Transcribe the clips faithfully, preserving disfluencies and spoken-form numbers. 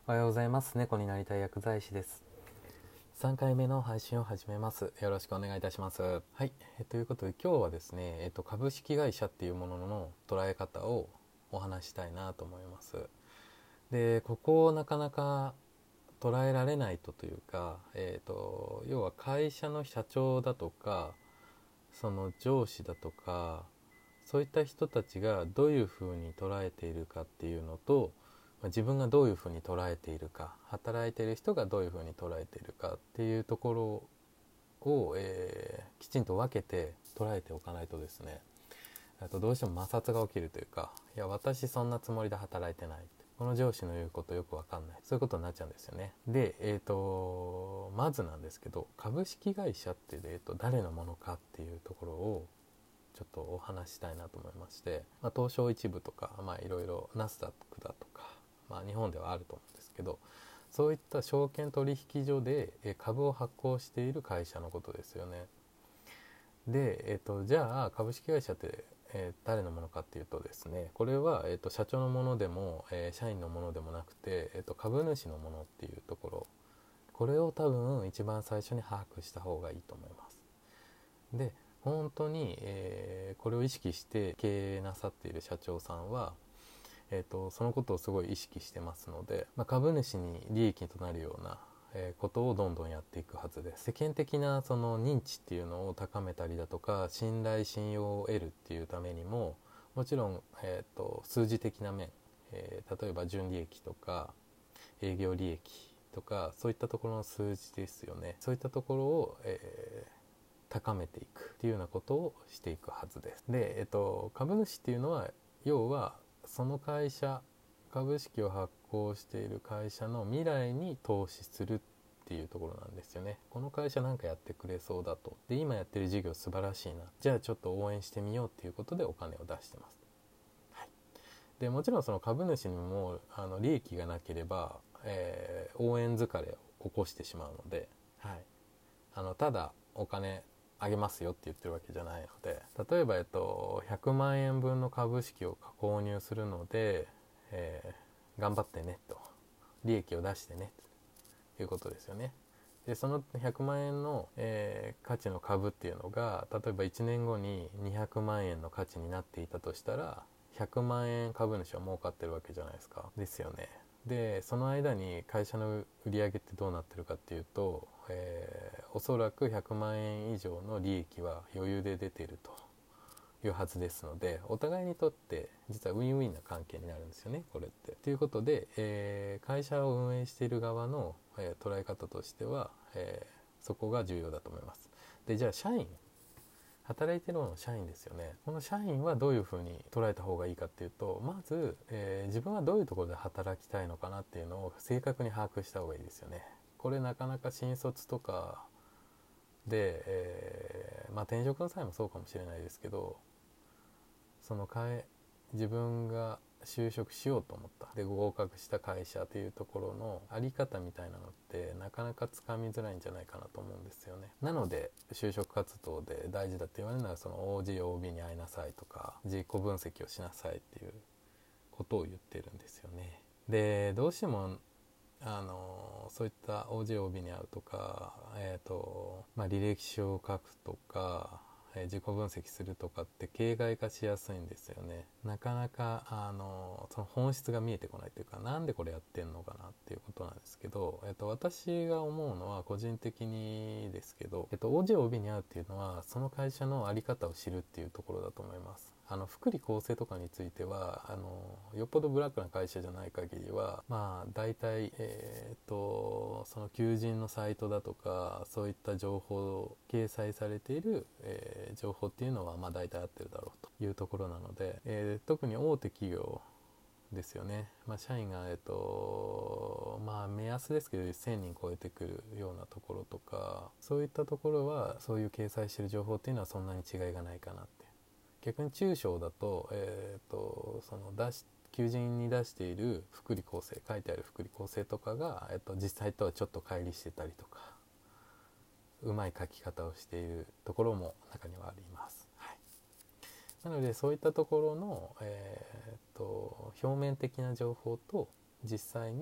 おはようございます。猫になりたい薬剤師です。さんかいめの配信を始めます。よろしくお願いいたします。はい、えということで今日はですね、えっと、株式会社っていうものの捉え方をお話したいなと思います。で、ここをなかなか捉えられないとというか、えっと、要は会社の社長だとか、その上司だとか、そういった人たちがどういうふうに捉えているかっていうのと、自分がどういうふうに捉えているか、働いている人がどういうふうに捉えているかっていうところを、えー、きちんと分けて捉えておかないとですね、あとどうしても摩擦が起きるというか、いや私そんなつもりで働いてない、この上司の言うことよく分かんない、そういうことになっちゃうんですよね。で、えーとまずなんですけど、株式会社って、えーと誰のものかっていうところをちょっとお話ししたいなと思いまして、まあ、東証一部とか、まあいろいろナスダックだとか、まあ、日本ではあると思うんですけど、そういった証券取引所で株を発行している会社のことですよね。で、えっと、じゃあ株式会社って、えー、誰のものかっていうとですね、これは、えっと、社長のものでも、えー、社員のものでもなくて、えっと、株主のものっていうところ、これを多分一番最初に把握した方がいいと思います。で、本当に、えーこれを意識して経営なさっている社長さんは、えーと、そのことをすごい意識してますので、まあ、株主に利益となるような、えーことをどんどんやっていくはずです。世間的なその認知っていうのを高めたりだとか、信頼信用を得るっていうためにも、もちろん、えーと、数字的な面、えー例えば純利益とか営業利益とか、そういったところの数字ですよね。そういったところを、えー高めていくっていうようなことをしていくはずです。で、えっと、株主っていうのは要はその会社、株式を発行している会社の未来に投資するっていうところなんですよね。この会社なんかやってくれそうだと。で、今やってる事業素晴らしいな。じゃあちょっと応援してみようっていうことでお金を出してます。はい、でもちろんその株主にもあの利益がなければ、えー応援疲れを起こしてしまうので、はい、あのただお金あげますよって言ってるわけじゃないので、例えば、えっと、ひゃくまんえんぶんの株式を購入するので、えー頑張ってねと、利益を出してねということですよね。でそのひゃくまんえんの、えー価値の株っていうのが例えばいちねんごににひゃくまんえんの価値になっていたとしたら、ひゃくまんえん株主は儲かってるわけじゃないですか。ですよね。でその間に会社の売り上げってどうなってるかっていうと、えーおそらくひゃくまんえん以上の利益は余裕で出ているというはずですので、お互いにとって実はウィンウィンな関係になるんですよね、これって。ということで、えー会社を運営している側の、えー捉え方としては、えーそこが重要だと思います。で、じゃあ社員、働いてる方の社員ですよね。この社員はどういうふうに捉えた方がいいかっていうと、まず、えー自分はどういうところで働きたいのかなっていうのを正確に把握した方がいいですよね。これなかなか新卒とかで、えーまあ転職の際もそうかもしれないですけど、その会自分が就職しようと思ったで合格した会社というところのあり方みたいなのってなかなかつかみづらいんじゃないかなと思うんですよね。なので就職活動で大事だって言われるのは、その オージー オービー に会いなさいとか自己分析をしなさいっていうことを言ってるんですよね。でどうしてもあのそういった オージー オービー に会うとか、えーとまあ、履歴書を書くとか、えー自己分析するとかって形骸化しやすいんですよね。なかなかあのその本質が見えてこないというか、なんでこれやってんのかなっていうことなんですけど、えーと私が思うのは個人的にですけど、えーと オージー オービー に会うっていうのはその会社の在り方を知るっていうところだと思います。あの福利厚生とかについてはあのよっぽどブラックな会社じゃない限りは、まあ大体、えー、とその求人のサイトだとかそういった情報掲載されている、えー情報っていうのはまあ大体合ってるだろうというところなので、えー特に大手企業ですよね、まあ、社員が、えっとまあ、目安ですけどせんにん超えてくるようなところとか、そういったところはそういう掲載している情報っていうのはそんなに違いがないかなって。逆に中小だと、えー、とその出し求人に出している福利厚生、書いてある福利厚生とかが、えー、と実際とはちょっと乖離してたりとか、うまい書き方をしているところも中にはあります。はい、なのでそういったところの、えー、と表面的な情報と実際に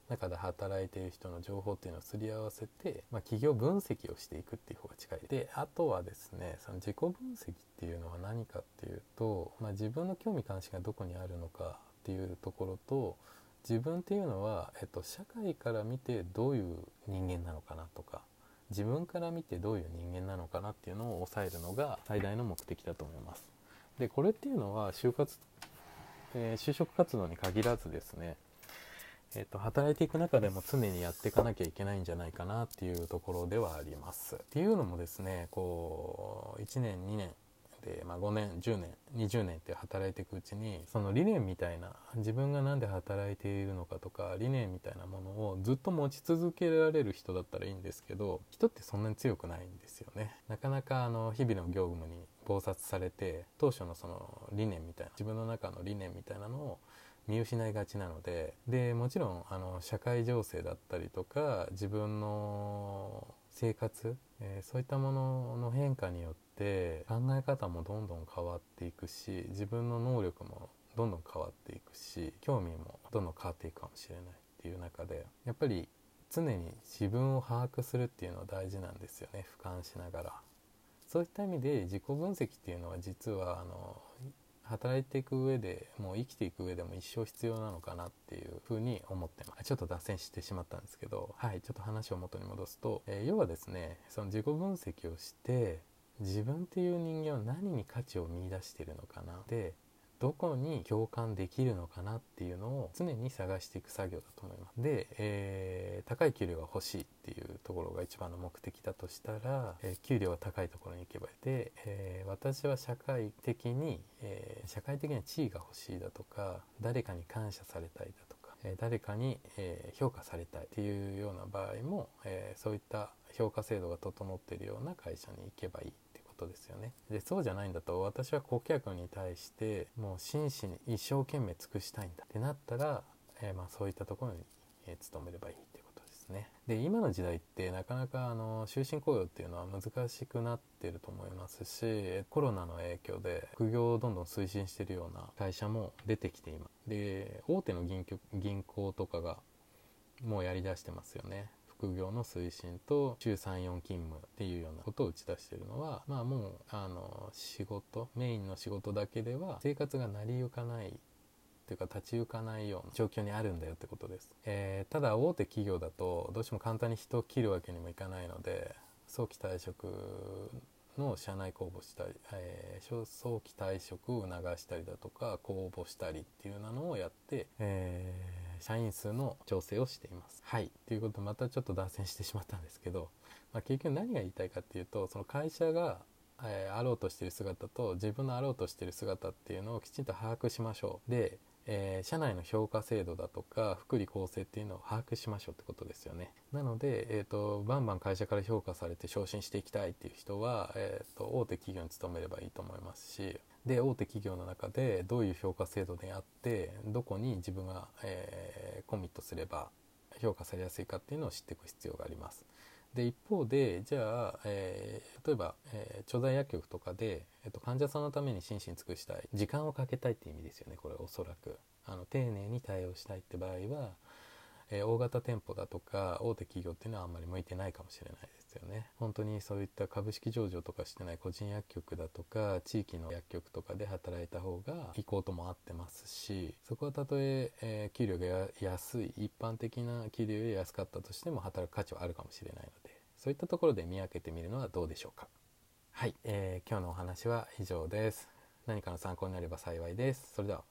中で働いている人の情報っていうのをすり合わせて、まあ、企業分析をしていくっていう方が近いで、あとはですね、その自己分析っていうのは何かっていうと、まあ、自分の興味関心がどこにあるのかっていうところと、自分っていうのは、えっと、社会から見てどういう人間なのかなとか、自分から見てどういう人間なのかなっていうのを抑えるのが最大の目的だと思います。でこれっていうのは就活、えー、就職活動に限らずですね、えーと、働いていく中でも常にやっていかなきゃいけないんじゃないかなっていうところではあります。っていうのもですね、こういちねんにねんで、まあ、ごねんじゅうねんにじゅうねんって働いていくうちに、その理念みたいな、自分が何で働いているのかとか理念みたいなものをずっと持ち続けられる人だったらいいんですけど、人ってそんなに強くないんですよね。なかなかあの日々の業務に忙殺されて、当初のその理念みたいな、自分の中の理念みたいなのを見失いがちなので、でもちろんあの社会情勢だったりとか自分の生活、えー、そういったものの変化によって考え方もどんどん変わっていくし、自分の能力もどんどん変わっていくし、興味もどんどん変わっていくかもしれないっていう中で、やっぱり常に自分を把握するっていうのは大事なんですよね、俯瞰しながら。そういった意味で自己分析っていうのは実はあの働いていく上でもう生きていく上でも一生必要なのかなっていうふうに思ってます。ちょっと脱線してしまったんですけど、はい、ちょっと話を元に戻すと、えー、要はですね、その自己分析をして自分っていう人間は何に価値を見出しているのかな、でどこに共感できるのかなっていうのを常に探していく作業だと思います。で、えー、高い給料が欲しいっていうところが一番の目的だとしたら、えー、給料は高いところに行けばいい。で、えー、私は社会的に、えー、社会的な地位が欲しいだとか、誰かに感謝されたいだとか、えー、誰かに、えー、評価されたいっていうような場合も、えー、そういった評価制度が整っているような会社に行けばいいことですよね。でそうじゃないんだと、私は顧客に対してもう真摯に一生懸命尽くしたいんだってなったら、えー、まあそういったところに、えー、勤めればいいっていうことですね。で今の時代ってなかなかあの終身雇用っていうのは難しくなっていると思いますし、コロナの影響で副業をどんどん推進しているような会社も出てきています。で大手の銀行、銀行とかがもうやりだしてますよね。副業の推進と週さん、よん勤務っていうようなことを打ち出しているのは、まあもうあの仕事メインの仕事だけでは生活が成り行かないというか立ち行かないような状況にあるんだよってことです。えー、ただ大手企業だとどうしても簡単に人を切るわけにもいかないので、早期退職の社内公募したり、えー、早期退職を促したりだとか公募したりっていうのをやって、えー、社員数の調整をしています。はい、ということでまたちょっと脱線してしまったんですけど、まあ、結局何が言いたいかっていうと、その会社が、えー、あろうとしている姿と自分のあろうとしている姿っていうのをきちんと把握しましょう。でえー、社内の評価制度だとか福利厚生っていうのを把握しましょうってことですよね。なので、えーと、バンバン会社から評価されて昇進していきたいっていう人は、えーと、大手企業に勤めればいいと思いますし、で大手企業の中でどういう評価制度であってどこに自分が、えー、コミットすれば評価されやすいかっていうのを知っていく必要があります。で一方でじゃあ、えー、例えば、えー、調剤薬局とかで、えー、と患者さんのために心身尽くしたい、時間をかけたいって意味ですよね。これおそらくあの丁寧に対応したいって場合は、えー、大型店舗だとか大手企業っていうのはあんまり向いてないかもしれないですよね。本当にそういった株式上場とかしてない個人薬局だとか地域の薬局とかで働いた方が意向とも合ってますし、そこはたとええー、給料が安い一般的な給料より安かったとしても働く価値はあるかもしれないので、そういったところで見分けてみるのはどうでしょうか。はい、えー、今日のお話は以上です。何かの参考になれば幸いです。それでは。